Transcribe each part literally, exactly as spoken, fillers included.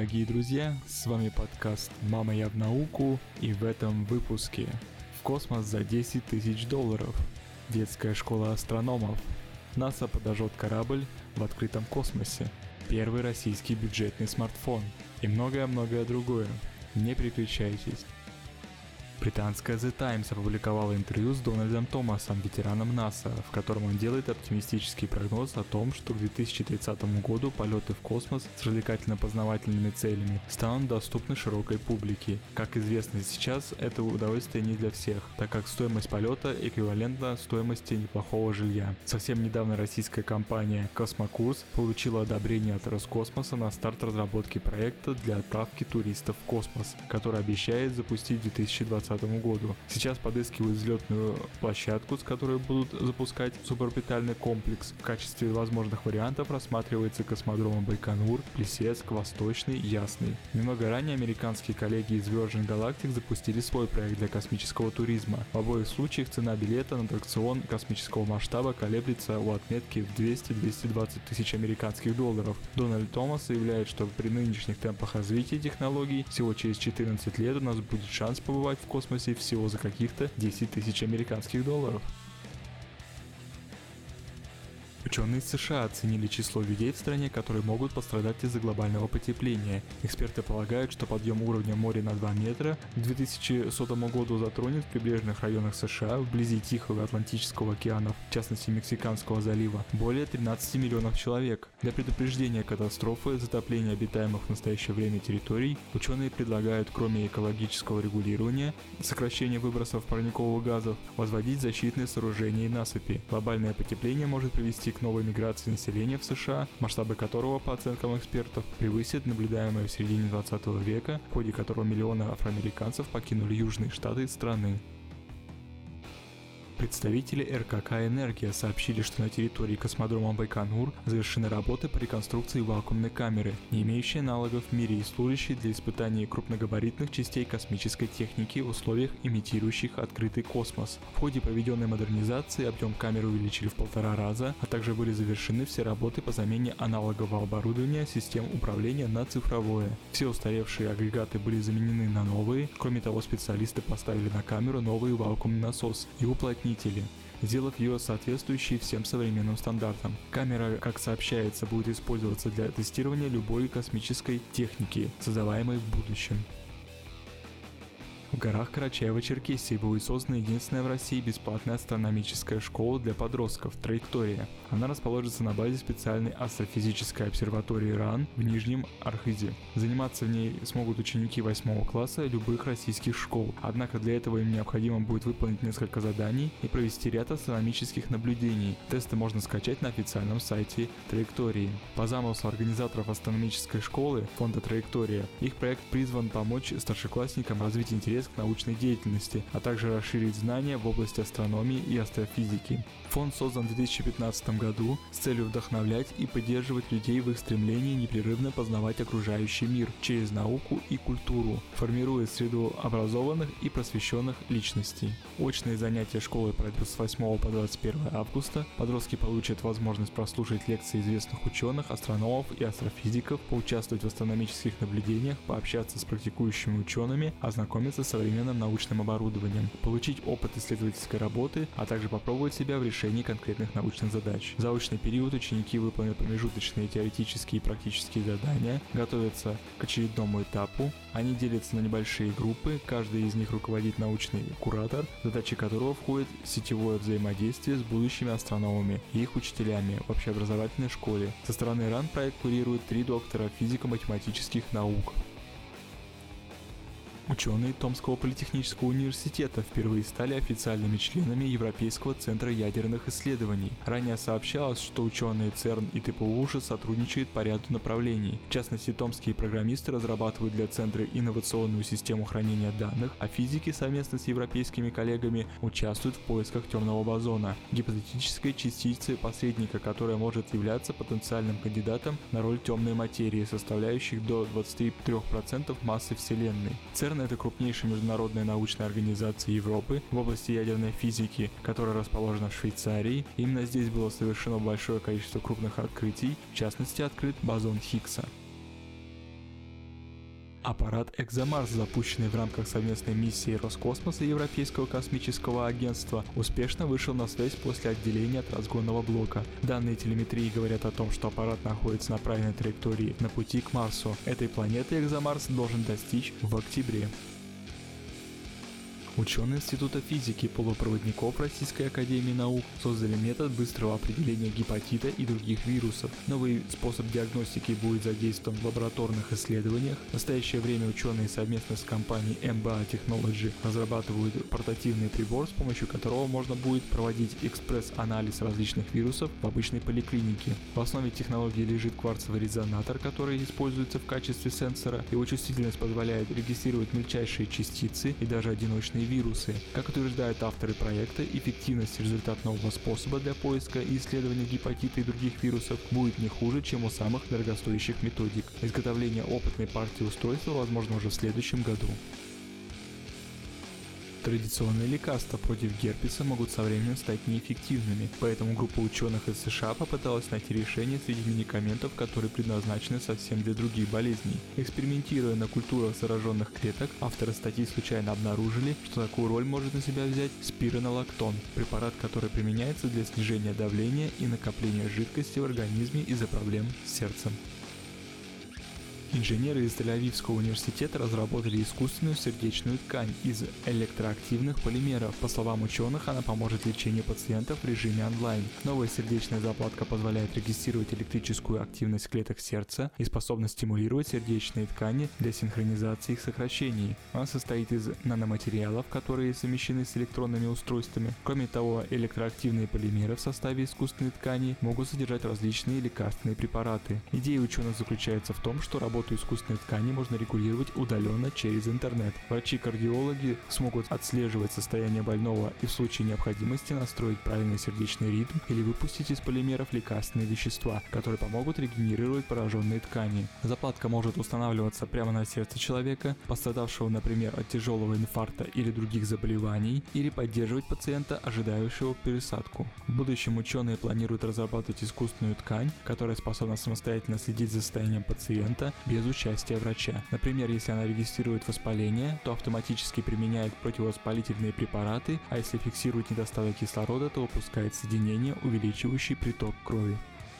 дорогие друзья, с вами подкаст «Мама, я в науку», и в этом выпуске в космос за десять тысяч долларов, детская школа астрономов, НАСА подожжет корабль в открытом космосе, первый российский бюджетный смартфон и многое-многое другое. Не переключайтесь. Британская The Times опубликовала интервью с Дональдом Томасом, ветераном НАСА, в котором он делает оптимистический прогноз о том, что к две тысячи тридцатому году полеты в космос с развлекательно-познавательными целями станут доступны широкой публике. Как известно сейчас, это удовольствие не для всех, так как стоимость полета эквивалентна стоимости неплохого жилья. Совсем недавно российская компания «Космокурс» получила одобрение от Роскосмоса на старт разработки проекта для отправки туристов в космос, который обещает запустить в две тысячи двадцатом году. Сейчас подыскивают взлетную площадку, с которой будут запускать суборбитальный комплекс. В качестве возможных вариантов рассматривается космодром Байконур, Плесецк, Восточный, Ясный. Немного ранее американские коллеги из Virgin Galactic запустили свой проект для космического туризма. В обоих случаях цена билета на аттракцион космического масштаба колеблется у отметки в двести - двести двадцать тысяч американских долларов. Дональд Томас заявляет, что при нынешних темпах развития технологий всего через четырнадцать лет у нас будет шанс побывать в космосе всего за каких-то десять тысяч американских долларов. Ученые из США оценили число людей в стране, которые могут пострадать из-за глобального потепления. Эксперты полагают, что подъем уровня моря на два метра к две тысячи сотому году затронет в прибрежных районах США, вблизи Тихого и Атлантического океанов, в частности Мексиканского залива, более тринадцати миллионов человек. Для предупреждения катастрофы затопления обитаемых в настоящее время территорий, ученые предлагают, кроме экологического регулирования, сокращения выбросов парниковых газов, возводить защитные сооружения и насыпи. Глобальное потепление может привести к новой миграции населения в США, масштабы которого, по оценкам экспертов, превысят наблюдаемое в середине двадцатого века, в ходе которого миллионы афроамериканцев покинули южные штаты страны. Представители эр ка ка «Энергия» сообщили, что на территории космодрома Байконур завершены работы по реконструкции вакуумной камеры, не имеющей аналогов в мире и служащей для испытаний крупногабаритных частей космической техники в условиях, имитирующих открытый космос. В ходе проведенной модернизации объем камеры увеличили в полтора раза, а также были завершены все работы по замене аналогового оборудования систем управления на цифровое. Все устаревшие агрегаты были заменены на новые. Кроме того, специалисты поставили на камеру новый вакуумный насос и уплотнители, сделав ее соответствующей всем современным стандартам. Камера, как сообщается, будет использоваться для тестирования любой космической техники, создаваемой в будущем. В горах Карачаево-Черкесии будет создана единственная в России бесплатная астрономическая школа для подростков «Траектория». Она расположится на базе специальной астрофизической обсерватории РАН в Нижнем Архизе. Заниматься в ней смогут ученики восьмого класса любых российских школ, однако для этого им необходимо будет выполнить несколько заданий и провести ряд астрономических наблюдений. Тесты можно скачать на официальном сайте «Траектории». По замыслу организаторов астрономической школы фонда «Траектория», их проект призван помочь старшеклассникам развить интерес к научной деятельности, а также расширить знания в области астрономии и астрофизики. Фонд создан в две тысячи пятнадцатом году с целью вдохновлять и поддерживать людей в их стремлении непрерывно познавать окружающий мир через науку и культуру, формируя среду образованных и просвещенных личностей. Очные занятия школы пройдут с восьмого по двадцать первое августа. Подростки получат возможность прослушать лекции известных ученых, астрономов и астрофизиков, поучаствовать в астрономических наблюдениях, пообщаться с практикующими учеными, ознакомиться с современным научным оборудованием, получить опыт исследовательской работы, а также попробовать себя в решении конкретных научных задач. В заочный период ученики выполнят промежуточные теоретические и практические задания, готовятся к очередному этапу. Они делятся на небольшие группы, каждый из них руководит научный куратор, задачи которого входит сетевое взаимодействие с будущими астрономами и их учителями в общеобразовательной школе. Со стороны РАН проект курирует три доктора физико-математических наук. Ученые Томского политехнического университета впервые стали официальными членами Европейского центра ядерных исследований. Ранее сообщалось, что ученые ЦЕРН и тэ пэ у уже сотрудничают по ряду направлений. В частности, томские программисты разрабатывают для центра инновационную систему хранения данных, а физики совместно с европейскими коллегами участвуют в поисках темного бозона, гипотетической частицы посредника, которая может являться потенциальным кандидатом на роль темной материи, составляющей до двадцати трёх процентов массы Вселенной. ЦЕРН — это крупнейшая международная научная организация Европы в области ядерной физики, которая расположена в Швейцарии. Именно здесь было совершено большое количество крупных открытий, в частности открыт бозон Хиггса. Аппарат «Экзомарс», запущенный в рамках совместной миссии Роскосмоса и Европейского космического агентства, успешно вышел на связь после отделения от разгонного блока. Данные телеметрии говорят о том, что аппарат находится на правильной траектории на пути к Марсу. Этой планеты «Экзомарс» должен достичь в октябре. Ученые Института физики и полупроводников Российской академии наук создали метод быстрого определения гепатита и других вирусов. Новый способ диагностики будет задействован в лабораторных исследованиях. В настоящее время ученые совместно с компанией эм бэ а Technology разрабатывают портативный прибор, с помощью которого можно будет проводить экспресс-анализ различных вирусов в обычной поликлинике. В основе технологии лежит кварцевый резонатор, который используется в качестве сенсора. Его чувствительность позволяет регистрировать мельчайшие частицы и даже одиночные вирусы. Как утверждают авторы проекта, эффективность и результат нового способа для поиска и исследования гепатита и других вирусов будет не хуже, чем у самых дорогостоящих методик. Изготовление опытной партии устройства возможно уже в следующем году. Традиционные лекарства против герпеса могут со временем стать неэффективными, поэтому группа ученых из США попыталась найти решение среди медикаментов, которые предназначены совсем для других болезней. Экспериментируя на культурах зараженных клеток, авторы статьи случайно обнаружили, что такую роль может на себя взять спиронолактон, препарат, который применяется для снижения давления и накопления жидкости в организме из-за проблем с сердцем. Инженеры из Тель-Авивского университета разработали искусственную сердечную ткань из электроактивных полимеров. По словам ученых, она поможет лечению пациентов в режиме онлайн. Новая сердечная заплатка позволяет регистрировать электрическую активность клеток сердца и способна стимулировать сердечные ткани для синхронизации их сокращений. Она состоит из наноматериалов, которые совмещены с электронными устройствами. Кроме того, электроактивные полимеры в составе искусственной ткани могут содержать различные лекарственные препараты. Идея ученых заключается в том, что работа искусственной ткани можно регулировать удаленно через интернет. Врачи-кардиологи смогут отслеживать состояние больного и в случае необходимости настроить правильный сердечный ритм или выпустить из полимеров лекарственные вещества, которые помогут регенерировать пораженные ткани. Заплатка может устанавливаться прямо на сердце человека, пострадавшего, например, от тяжелого инфаркта или других заболеваний, или поддерживать пациента, ожидающего пересадку. В будущем ученые планируют разрабатывать искусственную ткань, которая способна самостоятельно следить за состоянием пациента без участия врача. Например, если она регистрирует воспаление, то автоматически применяет противовоспалительные препараты, а если фиксирует недостаток кислорода, то выпускает соединения, увеличивающие приток крови.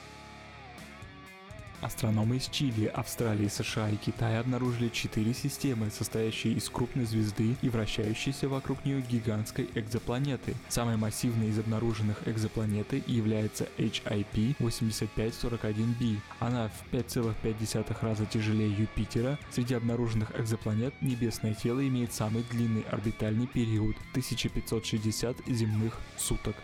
Астрономы из Чили, Австралии, США и Китая обнаружили четыре системы, состоящие из крупной звезды и вращающейся вокруг нее гигантской экзопланеты. Самой массивной из обнаруженных экзопланеты является эйч ай пи восемьдесят пять сорок один би. Она в пять целых пять десятых раза тяжелее Юпитера. Среди обнаруженных экзопланет небесное тело имеет самый длинный орбитальный период – тысяча пятьсот шестьдесят земных суток.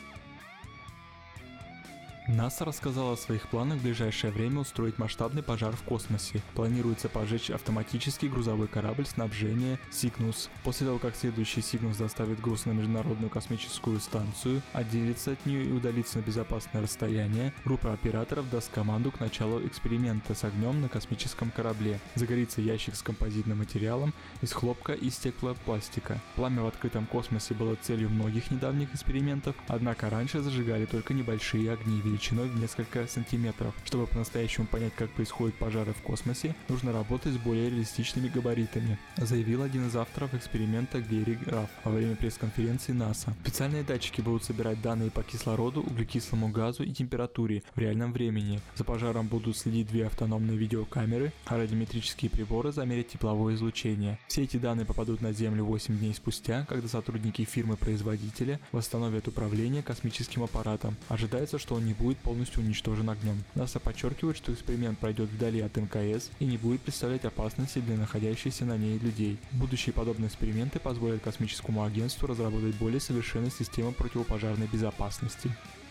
НАСА рассказала о своих планах в ближайшее время устроить масштабный пожар в космосе. Планируется поджечь автоматический грузовой корабль снабжения Cygnus. После того, как следующий Cygnus доставит груз на Международную космическую станцию, отделится от нее и удалится на безопасное расстояние, группа операторов даст команду к началу эксперимента с огнем на космическом корабле. Загорится ящик с композитным материалом из хлопка и стеклопластика. Пламя в открытом космосе было целью многих недавних экспериментов, однако раньше зажигали только небольшие огни величиной в несколько сантиметров. Чтобы по-настоящему понять, как происходят пожары в космосе, нужно работать с более реалистичными габаритами, заявил один из авторов эксперимента Гэри Граф во время пресс-конференции НАСА. Специальные датчики будут собирать данные по кислороду, углекислому газу и температуре в реальном времени. За пожаром будут следить две автономные видеокамеры, а радиометрические приборы замерят тепловое излучение. Все эти данные попадут на Землю восемь дней спустя, когда сотрудники фирмы-производителя восстановят управление космическим аппаратом. Ожидается, что он не будет будет полностью уничтожен огнем. НАСА подчеркивает, что эксперимент пройдет вдали от эм ка эс и не будет представлять опасности для находящихся на ней людей. Будущие подобные эксперименты позволят космическому агентству разработать более совершенную систему противопожарной безопасности.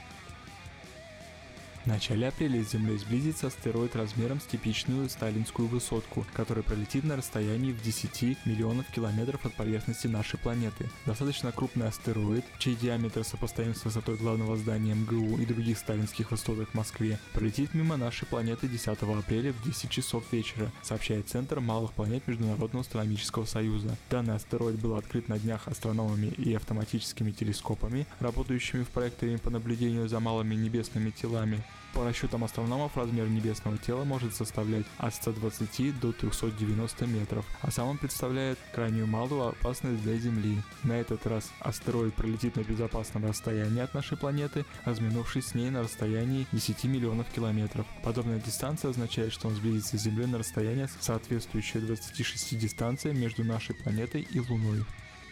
В начале апреля с Землей сблизится астероид размером с типичную сталинскую высотку, который пролетит на расстоянии в десять миллионов километров от поверхности нашей планеты. Достаточно крупный астероид, чей диаметр сопоставим с высотой главного здания эм гэ у и других сталинских высоток в Москве, пролетит мимо нашей планеты десятого апреля в десять часов вечера, сообщает Центр малых планет Международного астрономического союза. Данный астероид был открыт на днях астрономами и автоматическими телескопами, работающими в проекторе по наблюдению за малыми небесными телами. По расчетам астрономов, размер небесного тела может составлять от ста двадцати до трёхсот девяноста метров, а сам он представляет крайнюю малую опасность для Земли. На этот раз астероид пролетит на безопасном расстоянии от нашей планеты, разминувшись с ней на расстоянии десяти миллионов километров. Подобная дистанция означает, что он сблизится с Землей на расстояние, соответствующее двадцати шести дистанциям между нашей планетой и Луной.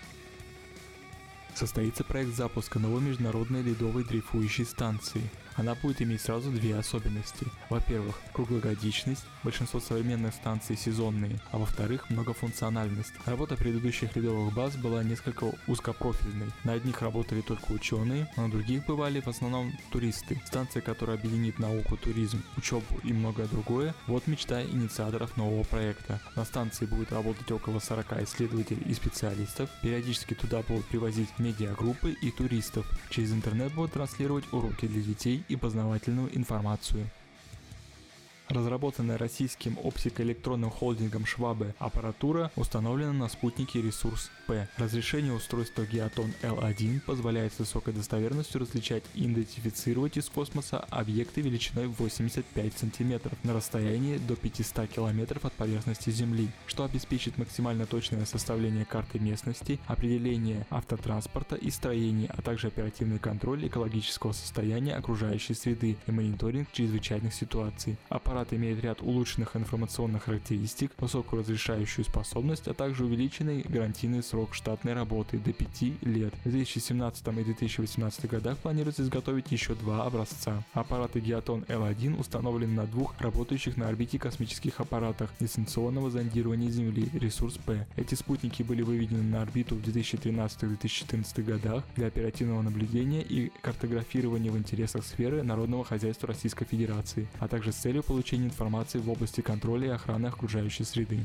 Состоится проект запуска новой международной ледовой дрейфующей станции. Она будет иметь сразу две особенности. Во-первых, круглогодичность, большинство современных станций сезонные, а во-вторых, многофункциональность. Работа предыдущих ледовых баз была несколько узкопрофильной. На одних работали только ученые, а на других бывали в основном туристы. Станция, которая объединит науку, туризм, учебу и многое другое, вот мечта инициаторов нового проекта. На станции будет работать около сорока исследователей и специалистов. Периодически туда будут привозить медиагруппы и туристов. Через интернет будут транслировать уроки для детей и познавательную информацию. Разработанная российским оптико-электронным холдингом Schwabe аппаратура установлена на спутнике Ресурс-П. Разрешение устройства Geoton эл один позволяет с высокой достоверностью различать и идентифицировать из космоса объекты величиной восемьдесят пять сантиметров на расстоянии до пятисот километров от поверхности Земли, что обеспечит максимально точное составление карты местности, определение автотранспорта и строений, а также оперативный контроль экологического состояния окружающей среды и мониторинг чрезвычайных ситуаций. Аппарат имеет ряд улучшенных информационных характеристик, высокую разрешающую способность, а также увеличенный гарантийный срок штатной работы до пяти лет. В две тысячи семнадцатом и две тысячи восемнадцатом годах планируется изготовить еще два образца. Аппараты Geoton эл один установлены на двух работающих на орбите космических аппаратах дистанционного зондирования Земли Ресурс-П. Эти спутники были выведены на орбиту в две тысячи тринадцатом - две тысячи четырнадцатом годах для оперативного наблюдения и картографирования в интересах сферы народного хозяйства Российской Федерации, а также с целью получения информации в области контроля и охраны окружающей среды.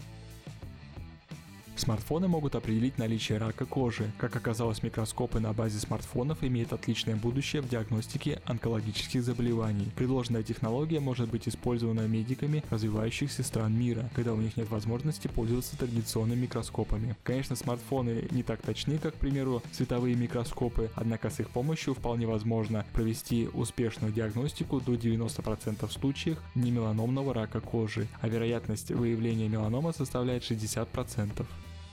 Смартфоны могут определить наличие рака кожи. Как оказалось, микроскопы на базе смартфонов имеют отличное будущее в диагностике онкологических заболеваний. Предложенная технология может быть использована медиками развивающихся стран мира, когда у них нет возможности пользоваться традиционными микроскопами. Конечно, смартфоны не так точны, как, к примеру, световые микроскопы, однако с их помощью вполне возможно провести успешную диагностику до девяноста процентов случаев немеланомного рака кожи, а вероятность выявления меланома составляет шестьдесят процентов.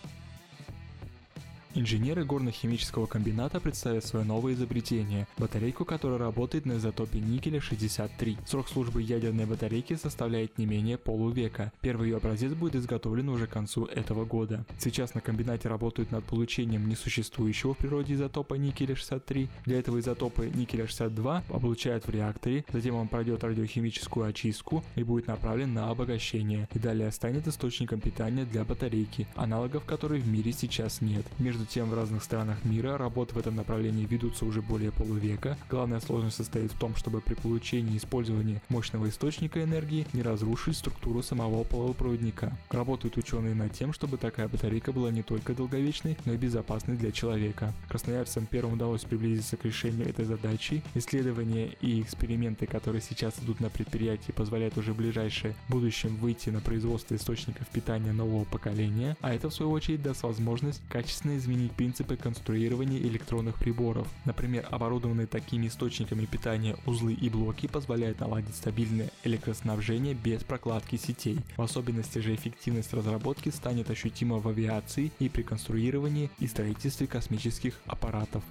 Инженеры горно-химического комбината представят свое новое изобретение – батарейку, которая работает на изотопе никеля шестьдесят три. Срок службы ядерной батарейки составляет не менее полувека. Первый ее образец будет изготовлен уже к концу этого года. Сейчас на комбинате работают над получением несуществующего в природе изотопа никеля шестьдесят три. Для этого изотопы никеля шестьдесят два облучают в реакторе, затем он пройдет радиохимическую очистку и будет направлен на обогащение, и далее станет источником питания для батарейки, аналогов которой в мире сейчас нет. Между Между тем, в разных странах мира работы в этом направлении ведутся уже более полувека. Главная сложность состоит в том, чтобы при получении и использовании мощного источника энергии не разрушить структуру самого полупроводника. Работают ученые над тем, чтобы такая батарейка была не только долговечной, но и безопасной для человека. Красноярцам первым удалось приблизиться к решению этой задачи. Исследования и эксперименты, которые сейчас идут на предприятии, позволяют уже в ближайшее будущем выйти на производство источников питания нового поколения, а это в свою очередь даст возможность качественно изменить изменить принципы конструирования электронных приборов. Например, оборудованные такими источниками питания узлы и блоки позволяют наладить стабильное электроснабжение без прокладки сетей. В особенности же эффективность разработки станет ощутима в авиации и при конструировании и строительстве космических аппаратов.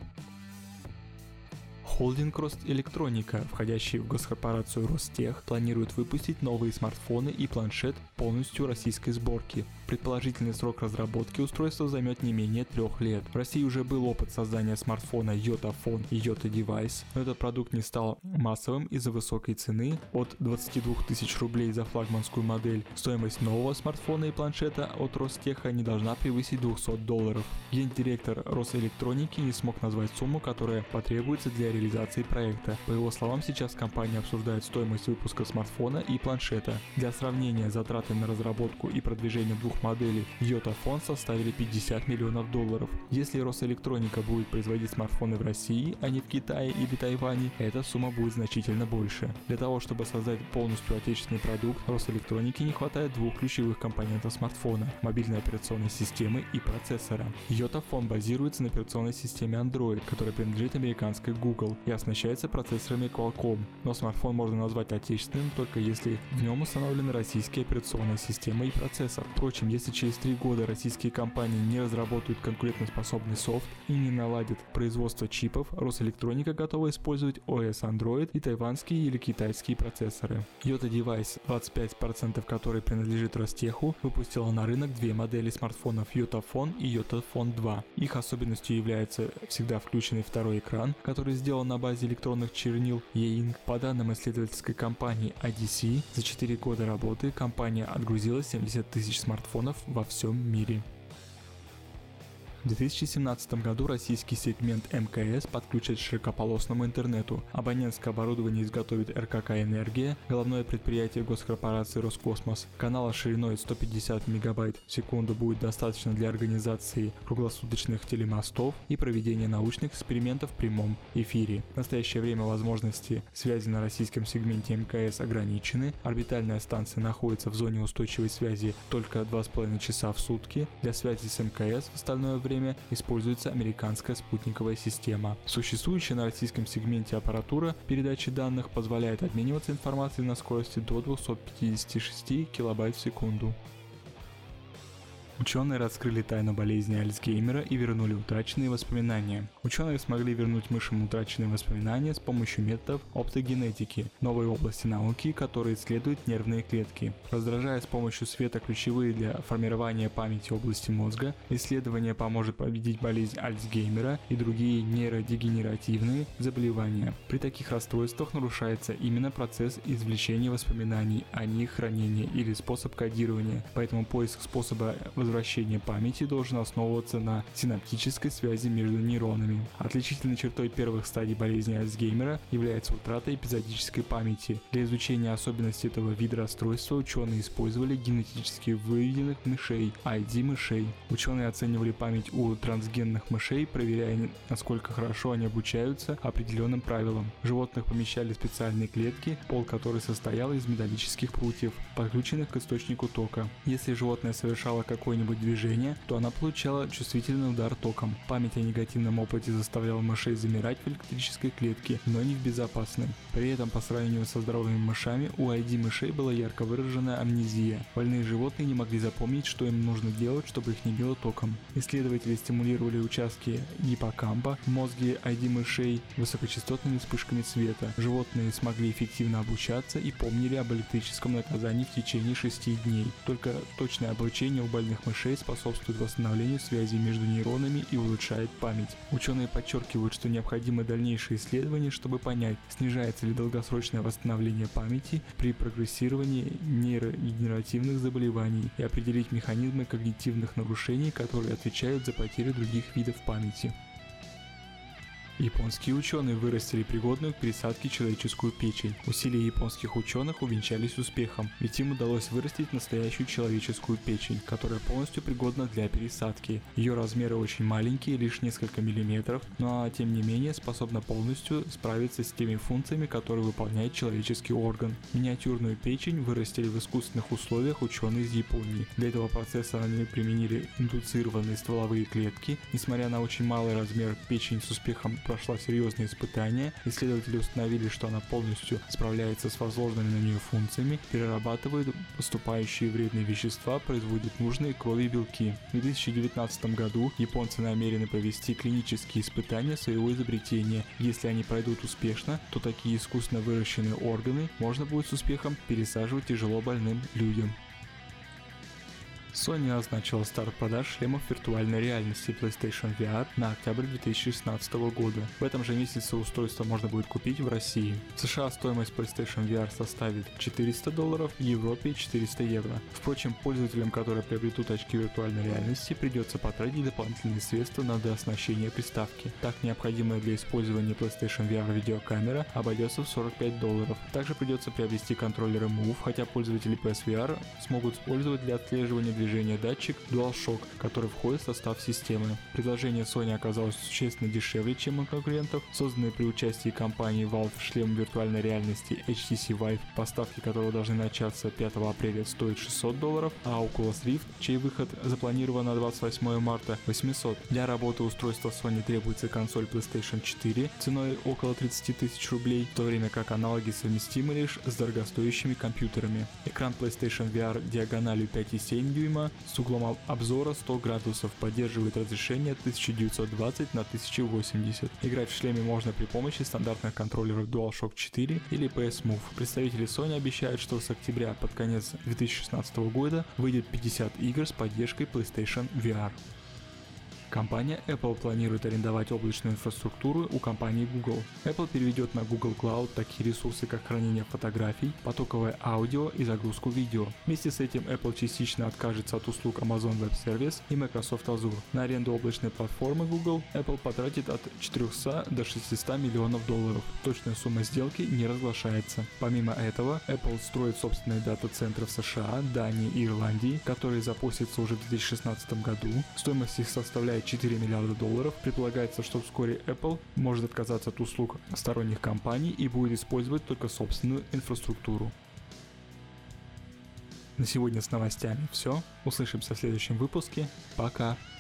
Холдинг Ростэлектроника, входящий в госкорпорацию Ростех, планирует выпустить новые смартфоны и планшет полностью российской сборки. Предположительный срок разработки устройства займет не менее трех лет. В России уже был опыт создания смартфона YotaPhone и YotaDevice, но этот продукт не стал массовым из-за высокой цены от двадцати двух тысяч рублей за флагманскую модель. Стоимость нового смартфона и планшета от Ростеха не должна превысить двухсот долларов. Гендиректор Росэлектроники не смог назвать сумму, которая потребуется для реализации проекта. По его словам, сейчас компания обсуждает стоимость выпуска смартфона и планшета. Для сравнения, затраты на разработку и продвижение двух топовых моделей Yotaphone составили пятьдесят миллионов долларов. Если Росэлектроника будет производить смартфоны в России, а не в Китае или Тайване, эта сумма будет значительно больше. Для того, чтобы создать полностью отечественный продукт, Росэлектронике не хватает двух ключевых компонентов смартфона – мобильной операционной системы и процессора. Yotaphone базируется на операционной системе Android, которая принадлежит американской Google и оснащается процессорами Qualcomm, но смартфон можно назвать отечественным только если в нем установлены российские операционные системы и процессор. Впрочем, если через три года российские компании не разработают конкурентоспособный софт и не наладят производство чипов, Росэлектроника готова использовать о эс Android и тайванские или китайские процессоры. Yota Device, двадцать пять процентов которой принадлежит Ростеху, выпустила на рынок две модели смартфонов Yotaphone и Yotaphone два. Их особенностью является всегда включенный второй экран, который сделан на базе электронных чернил E-Ink. По данным исследовательской компании ай ди си, за четыре года работы компания отгрузила семьдесят тысяч смартфонов во всем мире. В две тысячи семнадцатом году российский сегмент эм ка эс подключат к широкополосному интернету. Абонентское оборудование изготовит эр ка ка «Энергия», головное предприятие госкорпорации «Роскосмос». Канала шириной сто пятьдесят мегабайт в секунду будет достаточно для организации круглосуточных телемостов и проведения научных экспериментов в прямом эфире. В настоящее время возможности связи на российском сегменте эм ка эс ограничены. Орбитальная станция находится в зоне устойчивой связи только два с половиной часа в сутки. Для связи с эм ка эс в остальное время время используется американская спутниковая система. Существующая на российском сегменте аппаратура передачи данных позволяет обмениваться информацией на скорости до двухсот пятидесяти шести килобайт в секунду. Ученые раскрыли тайну болезни Альцгеймера и вернули утраченные воспоминания. Ученые смогли вернуть мышам утраченные воспоминания с помощью методов оптогенетики, новой области науки, которые исследуют нервные клетки. Раздражая с помощью света ключевые для формирования памяти области мозга, исследование поможет победить болезнь Альцгеймера и другие нейродегенеративные заболевания. При таких расстройствах нарушается именно процесс извлечения воспоминаний, а не их хранения или способ кодирования, поэтому поиск способа возвращение памяти должен основываться на синаптической связи между нейронами. Отличительной чертой первых стадий болезни Альцгеймера является утрата эпизодической памяти. Для изучения особенностей этого вида расстройства ученые использовали генетически выведенных мышей, ай ди-мышей. Ученые оценивали память у трансгенных мышей, проверяя, насколько хорошо они обучаются определенным правилам. Животных помещали в специальные клетки, пол которой состоял из металлических прутьев, подключенных к источнику тока. Если животное совершало какой-нибудь движение, то она получала чувствительный удар током. Память о негативном опыте заставляла мышей замирать в электрической клетке, но не в безопасной. При этом по сравнению со здоровыми мышами у ай ди-мышей была ярко выраженная амнезия. Больные животные не могли запомнить, что им нужно делать, чтобы их не било током. Исследователи стимулировали участки гиппокампа в мозге ай ди-мышей высокочастотными вспышками света. Животные смогли эффективно обучаться и помнили об электрическом наказании в течение шести дней. Только точное обучение у больных мышей способствует восстановлению связи между нейронами и улучшает память. Ученые подчеркивают, что необходимы дальнейшие исследования, чтобы понять, снижается ли долгосрочное восстановление памяти при прогрессировании нейродегенеративных заболеваний и определить механизмы когнитивных нарушений, которые отвечают за потерю других видов памяти. Японские ученые вырастили пригодную к пересадке человеческую печень. Усилия японских ученых увенчались успехом, ведь им удалось вырастить настоящую человеческую печень, которая полностью пригодна для пересадки. Ее размеры очень маленькие, лишь несколько миллиметров, но тем не менее способна полностью справиться с теми функциями, которые выполняет человеческий орган. Миниатюрную печень вырастили в искусственных условиях ученые из Японии. Для этого процесса они применили индуцированные стволовые клетки. Несмотря на очень малый размер, печень с успехом прошла серьезные испытания. Исследователи установили, что она полностью справляется с возложенными на нее функциями, перерабатывает поступающие вредные вещества, производит нужные крови и белки. В две тысячи девятнадцатом году японцы намерены провести клинические испытания своего изобретения. Если они пройдут успешно, то такие искусственно выращенные органы можно будет с успехом пересаживать тяжело больным людям. Sony назначила старт продаж шлемов виртуальной реальности PlayStation ви ар на октябрь две тысячи шестнадцатого года. В этом же месяце устройство можно будет купить в России. В США стоимость PlayStation ви ар составит четыреста долларов, в Европе четыреста евро. Впрочем, пользователям, которые приобретут очки виртуальной реальности, придется потратить дополнительные средства на дооснащение приставки. Так, необходимая для использования PlayStation ви ар видеокамера обойдется в сорок пять долларов. Также придется приобрести контроллеры Move, хотя пользователи пи эс ви ар смогут использовать для отслеживания движения движения датчик DualShock, который входит в состав системы. Предложение Sony оказалось существенно дешевле, чем у конкурентов. Созданный при участии компании Valve шлем виртуальной реальности эйч ти си Vive, поставки которого должны начаться пятого апреля, стоит шестьсот долларов, а Oculus Rift, чей выход запланирован на двадцать восьмое марта, восемьсот. Для работы устройства Sony требуется консоль PlayStation четыре ценой около тридцать тысяч рублей, в то время как аналоги совместимы лишь с дорогостоящими компьютерами. Экран PlayStation ви ар диагональю пять и семь дюйма с углом обзора сто градусов поддерживает разрешение тысяча девятьсот двадцать на тысяча восемьдесят. Играть в шлеме можно при помощи стандартных контроллеров DualShock четыре или пи эс Move. Представители Sony обещают, что с октября под конец две тысячи шестнадцатого года выйдет пятьдесят игр с поддержкой PlayStation ви ар. Компания Apple планирует арендовать облачную инфраструктуру у компании Google. Apple переведет на Google Cloud такие ресурсы, как хранение фотографий, потоковое аудио и загрузку видео. Вместе с этим Apple частично откажется от услуг Amazon Web Service и Microsoft Azure. На аренду облачной платформы Google Apple потратит от четырехсот до шестисот миллионов долларов. Точная сумма сделки не разглашается. Помимо этого, Apple строит собственные дата-центры в США, Дании и Ирландии, которые запустятся уже в две тысячи шестнадцатом году. Стоимость их составляет четыре миллиарда долларов. Предполагается, что вскоре Apple может отказаться от услуг сторонних компаний и будет использовать только собственную инфраструктуру. На сегодня с новостями все. Услышимся в следующем выпуске. Пока!